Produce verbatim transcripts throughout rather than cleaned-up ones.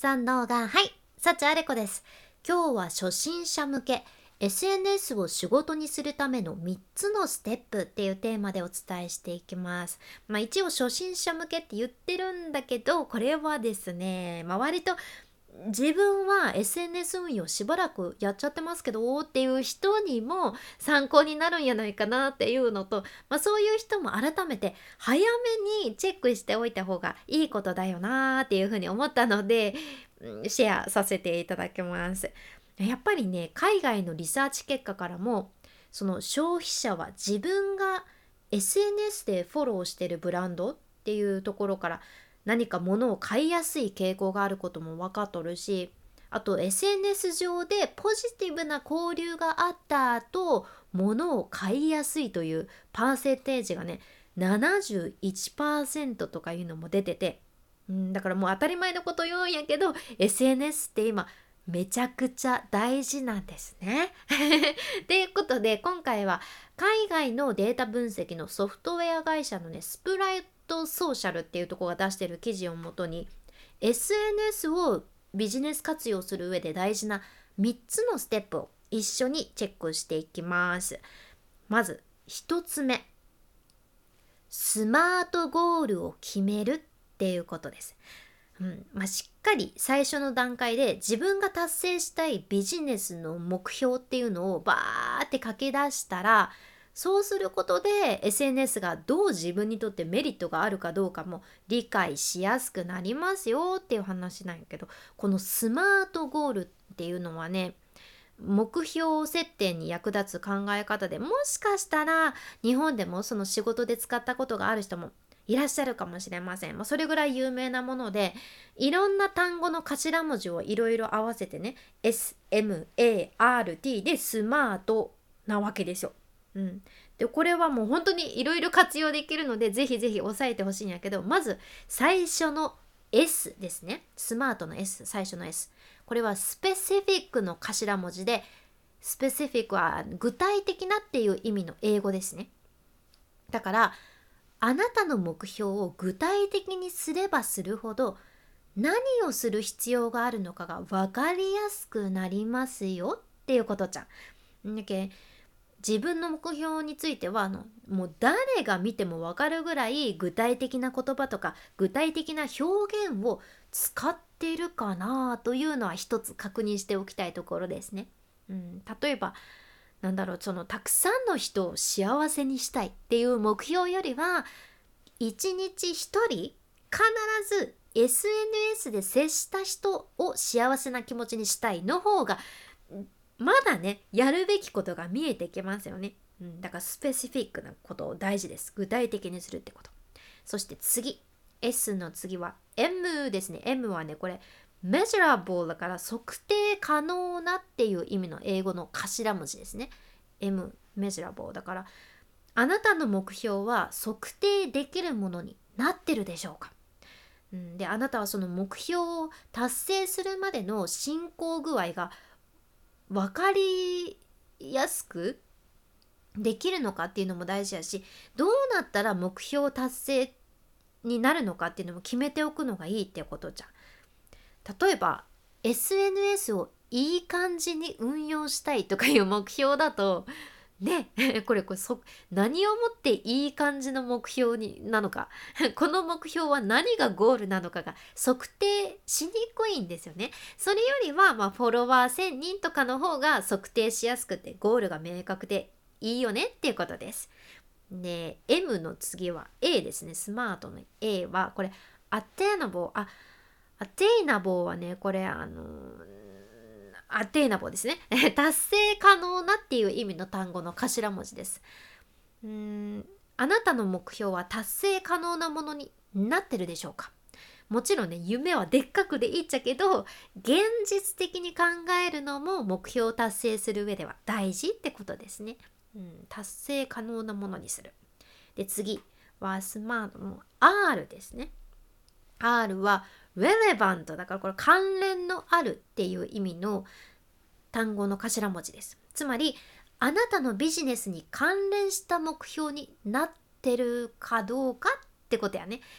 さん動画、はい、幸あれ子です。今日は初心者向け エスエヌエス を仕事にするためのみっつのステップっていうテーマでお伝えしていきます。まあ一応初心者向けって言ってるんだけど、これはですね、まあ割と自分は エスエヌエス 運用しばらくやっちゃってますけどっていう人にも参考になるんやないかなっていうのと、まあ、そういう人も改めて早めにチェックしておいた方がいいことだよなっていうふうに思ったので、うんシェアさせていただきます。やっぱりね、海外のリサーチ結果からも、その消費者は自分が エスエヌエス でフォローしてるブランドっていうところから何か物を買いやすい傾向があることも分かっとるし、あと エスエヌエス 上でポジティブな交流があった後物を買いやすいというパーセンテージがね ななじゅういちパーセント とかいうのも出てて、うん、だからもう当たり前のこと言うんやけど エスエヌエス って今めちゃくちゃ大事なんですね。ということで今回は海外のデータ分析のソフトウェア会社のねスプライトソーシャルっていうところが出してる記事をもとに エスエヌエス をビジネス活用する上で大事なみっつのステップを一緒にチェックしていきます。まずひとつめ、スマートゴールを決めるっていうことです。うんまあ、しっかり最初の段階で自分が達成したいビジネスの目標っていうのをバーって書き出したら、そうすることで エスエヌエス がどう自分にとってメリットがあるかどうかも理解しやすくなりますよっていう話なんやけど、このスマートゴールっていうのはね、目標設定に役立つ考え方で、もしかしたら日本でもその仕事で使ったことがある人もいらっしゃるかもしれません。まあ、それぐらい有名なもので、いろんな単語の頭文字をいろいろ合わせてね エスエムエーアールティー でスマートなわけですよ。うん、でこれはもう本当にいろいろ活用できるのでぜひぜひ押さえてほしいんやけど、まず最初の S ですね。スマートの S、 最初の S、 これはスペシフィックの頭文字で、スペシフィックは具体的なっていう意味の英語ですね。だからあなたの目標を具体的にすればするほど何をする必要があるのかが分かりやすくなりますよっていうことじゃん。だけ自分の目標についてはあのもう誰が見ても分かるぐらい具体的な言葉とか具体的な表現を使っているかなというのは一つ確認しておきたいところですね。うん、例えばなんだろう、そのたくさんの人を幸せにしたいっていう目標よりは、一日一人必ず エスエヌエス で接した人を幸せな気持ちにしたいの方がまだね、やるべきことが見えてきますよね。うん、だからスペシフィックなことを大事です。具体的にするってこと。そして次、S の次は M ですね。M はね、これmeasurable だから測定可能なっていう意味の英語の頭文字ですね。M、measurable だから、あなたの目標は測定できるものになってるでしょうか。うん、で、あなたはその目標を達成するまでの進行具合が分かりやすくできるのかっていうのも大事やし、どうなったら目標達成になるのかっていうのも決めておくのがいいってことじゃん。例えば エスエヌエス をいい感じに運用したいとかいう目標だとね、これこれそ何をもっていい感じの目標になのかこの目標は何がゴールなのかが測定しにくいんですよね。それよりは、まあ、フォロワーせんにんとかの方が測定しやすくてゴールが明確でいいよねっていうことです。で M の次は A ですね。スマートの A はこれアテナボー、あアテイナボーはね、これあのアテイナボーですね。達成可能なっていう意味の単語の頭文字です。うーん、あなたの目標は達成可能なものになってるでしょうか。もちろんね、夢はでっかくでいいっちゃけど、現実的に考えるのも目標を達成する上では大事ってことですね。うん、達成可能なものにする。で、次はスマートの R ですね。R は relevant だから、これ関連のあるっていう意味の単語の頭文字です。つまりあなたのビジネスに関連した目標になってるかどうかってことやね。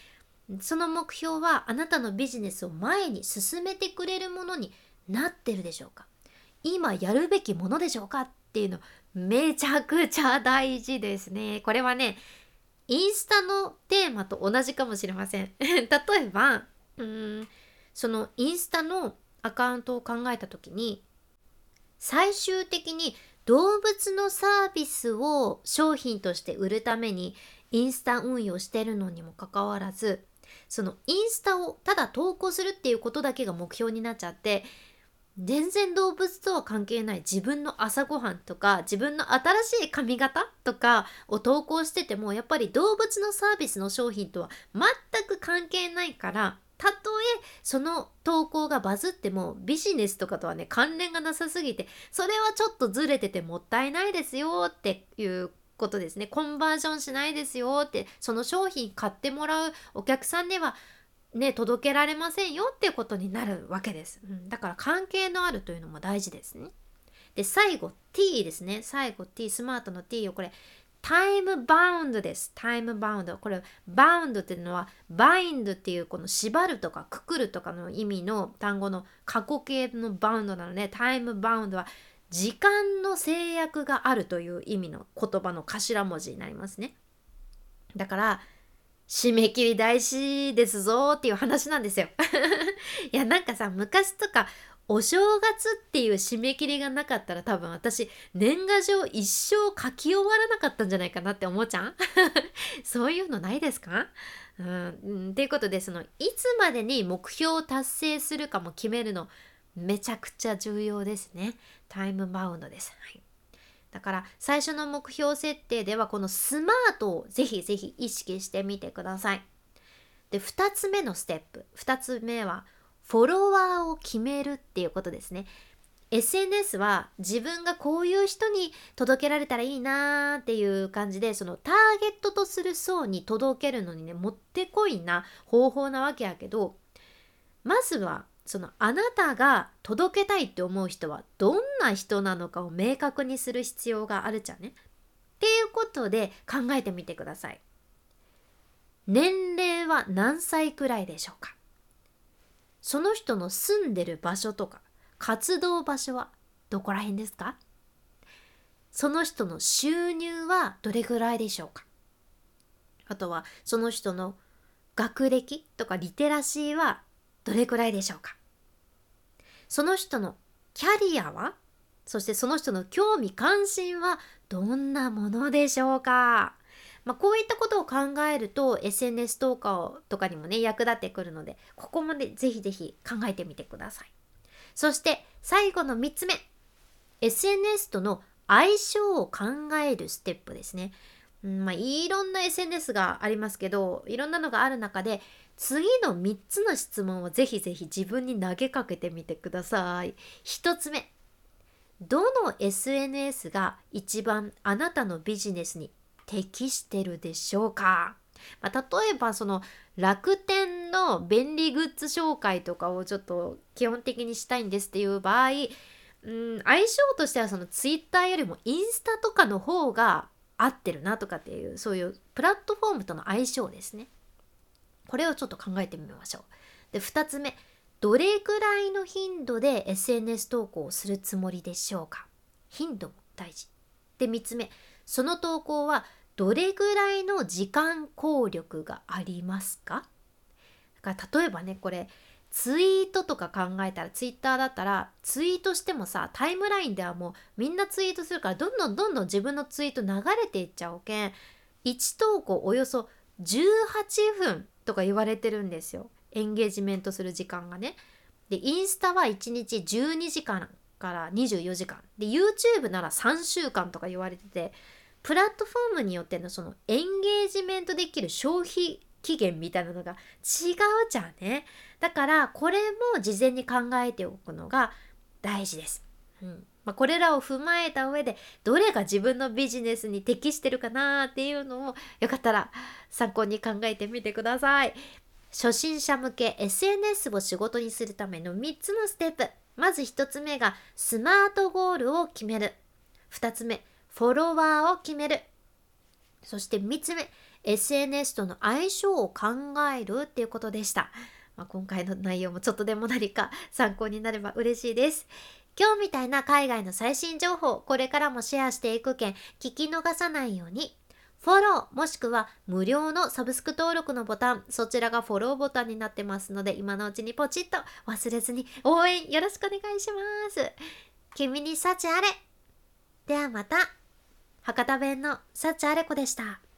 その目標はあなたのビジネスを前に進めてくれるものになってるでしょうか？今やるべきものでしょうかっていうのめちゃくちゃ大事ですね。これはね、インスタのテーマと同じかもしれません。例えばうーんそのインスタのアカウントを考えた時に、最終的に動物のサービスを商品として売るためにインスタ運用してるのにもかかわらず、そのインスタをただ投稿するっていうことだけが目標になっちゃって、全然動物とは関係ない自分の朝ごはんとか自分の新しい髪型とかを投稿してても、やっぱり動物のサービスの商品とは全く関係ないから、たとえその投稿がバズってもビジネスとかとはね関連がなさすぎて、それはちょっとずれててもったいないですよっていうことですね。コンバージョンしないですよって、その商品買ってもらうお客さんにはね、届けられませんよっていうことになるわけです、うん、だから関係のあるというのも大事ですね。で最後 T ですね。最後 T、スマートの T をこれタイムバウンドです。タイムバウンド、これバウンドっていうのはバインドっていうこの縛るとかくくるとかの意味の単語の過去形のバウンドなので、タイムバウンドは時間の制約があるという意味の言葉の頭文字になりますね。だから締め切り大事ですぞっていう話なんですよ。いやなんかさ、昔とかお正月っていう締め切りがなかったら多分私年賀状一生書き終わらなかったんじゃないかなって思っちゃう。そういうのないですか？うん、っていうことで、そのいつまでに目標を達成するかも決めるのめちゃくちゃ重要ですね。タイムバウンドです。はい、だから最初の目標設定ではこのスマートをぜひぜひ意識してみてください。でふたつめのステップ、ふたつめはフォロワーを決めるっていうことですね。 エスエヌエス は自分がこういう人に届けられたらいいなーっていう感じで、そのターゲットとする層に届けるのにねもってこいな方法なわけやけど、まずはそのあなたが届けたいって思う人はどんな人なのかを明確にする必要があるじゃんね。っていうことで考えてみてください。年齢は何歳くらいでしょうか？その人の住んでる場所とか活動場所はどこら辺ですか？その人の収入はどれくらいでしょうか？あとはその人の学歴とかリテラシーはどれくらいでしょうか？その人のキャリアは、そしてその人の興味関心はどんなものでしょうか？まあ、こういったことを考えると エスエヌエス 投稿とかにもね役立ってくるので、ここまでぜひぜひ考えてみてください。そして最後のみっつめ、 エスエヌエス との相性を考えるステップですね。うん、まあいろんな エスエヌエス がありますけど、いろんなのがある中で次のみっつの質問をぜひぜひ自分に投げかけてみてください。ひとつめ、どの エスエヌエス が一番あなたのビジネスに適してるでしょうか？まあ、例えばその楽天の便利グッズ紹介とかをちょっと基本的にしたいんですっていう場合、うん、相性としてはそのツイッターよりもインスタとかの方が合ってるなとかっていう、そういうプラットフォームとの相性ですね。これをちょっと考えてみましょう。でふたつめ、どれくらいの頻度で エスエヌエス 投稿をするつもりでしょうか？頻度も大事。でみっつめ、その投稿はどれぐらいの時間効力がありますか？だから例えばね、これツイートとか考えたら、ツイッターだったらツイートしてもさ、タイムラインではもうみんなツイートするからどんどんどんどん自分のツイート流れていっちゃうけん、いち投稿およそじゅうはちふんとか言われてるんですよ、エンゲージメントする時間がね。でインスタはいちにちじゅうにじかんからにじゅうよじかんで、 YouTube ならさんしゅうかんとか言われてて、プラットフォームによってのそのエンゲージメントできる消費期限みたいなのが違うじゃんね。だからこれも事前に考えておくのが大事です。うんまあ、これらを踏まえた上でどれが自分のビジネスに適してるかなっていうのをよかったら参考に考えてみてください。初心者向け エスエヌエス を仕事にするためのみっつのステップ。まずひとつめがスマートゴールを決める。ふたつめ、フォロワーを決める。そしてみっつめ、 エスエヌエス との相性を考えるっていうことでした。まあ、今回の内容もちょっとでも何か参考になれば嬉しいです。今日みたいな海外の最新情報、これからもシェアしていくけん、聞き逃さないように、フォローもしくは無料のサブスク登録のボタン、そちらがフォローボタンになってますので、今のうちにポチッと忘れずに応援よろしくお願いします。君に幸あれ。ではまた。博多弁の幸あれ子でした。